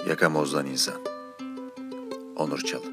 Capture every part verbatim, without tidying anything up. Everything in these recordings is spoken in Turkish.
Yakamozdan insan. Onur Çalı.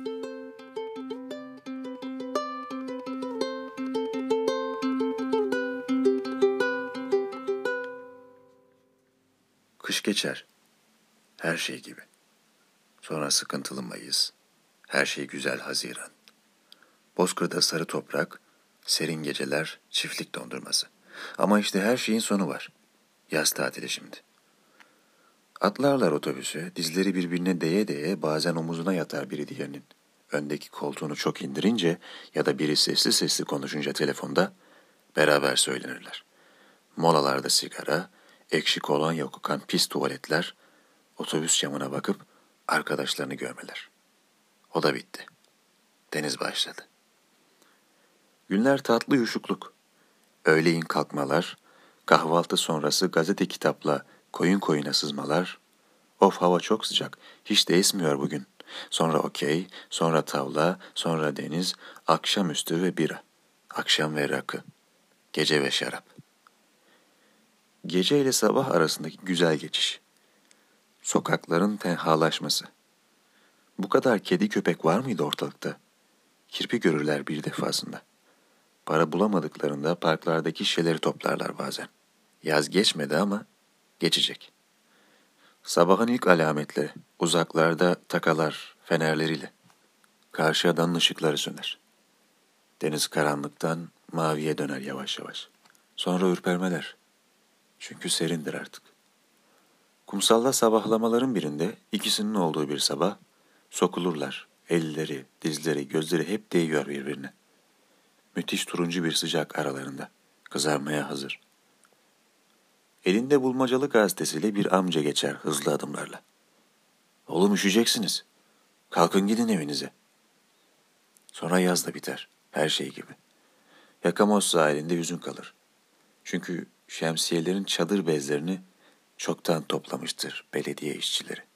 Kış geçer. Her şey gibi. Sonra sıkıntılı Mayıs. Her şey güzel Haziran. Bozkır'da sarı toprak, serin geceler, çiftlik dondurması. Ama işte her şeyin sonu var. Yaz tatili şimdi. Atlarlar otobüse, dizleri birbirine değe değe bazen omuzuna yatar biri diğerinin. Öndeki koltuğunu çok indirince ya da biri sesli sesli konuşunca telefonda beraber söylenirler. Molalarda sigara, ekşi kolonya kokan pis tuvaletler, otobüs camına bakıp arkadaşlarını görmeler. O da bitti. Deniz başladı. Günler tatlı yuşukluk. Öğleyin kalkmalar, kahvaltı sonrası gazete kitapla koyun koyuna sızmalar. Of hava çok sıcak, hiç de esmiyor bugün. Sonra okey, sonra tavla, sonra deniz, akşamüstü ve bira. Akşam ve rakı, gece ve şarap. Gece ile sabah arasındaki güzel geçiş. Sokakların tenhalaşması. Bu kadar kedi köpek var mıydı ortalıkta? Kirpi görürler bir defasında. Para bulamadıklarında parklardaki şişeleri toplarlar bazen. Yaz geçmedi ama geçecek. Sabahın ilk alametleri, uzaklarda takalar fenerleriyle. Karşı adanın ışıkları söner. Deniz karanlıktan maviye döner yavaş yavaş. Sonra ürpermeler. Çünkü serindir artık. Kumsalda sabahlamaların birinde ikisinin olduğu bir sabah sokulurlar. Elleri, dizleri, gözleri hep değiyor birbirine. Müthiş turuncu bir sıcak aralarında. Kızarmaya hazır. Elinde bulmacalı gazetesiyle bir amca geçer hızlı adımlarla. Oğlum üşüyeceksiniz. Kalkın gidin evinize. Sonra yaz da biter. Her şey gibi. Yakamoz sahilinde hüzün kalır. Çünkü şemsiyelerin çadır bezlerini çoktan toplamıştır belediye işçileri.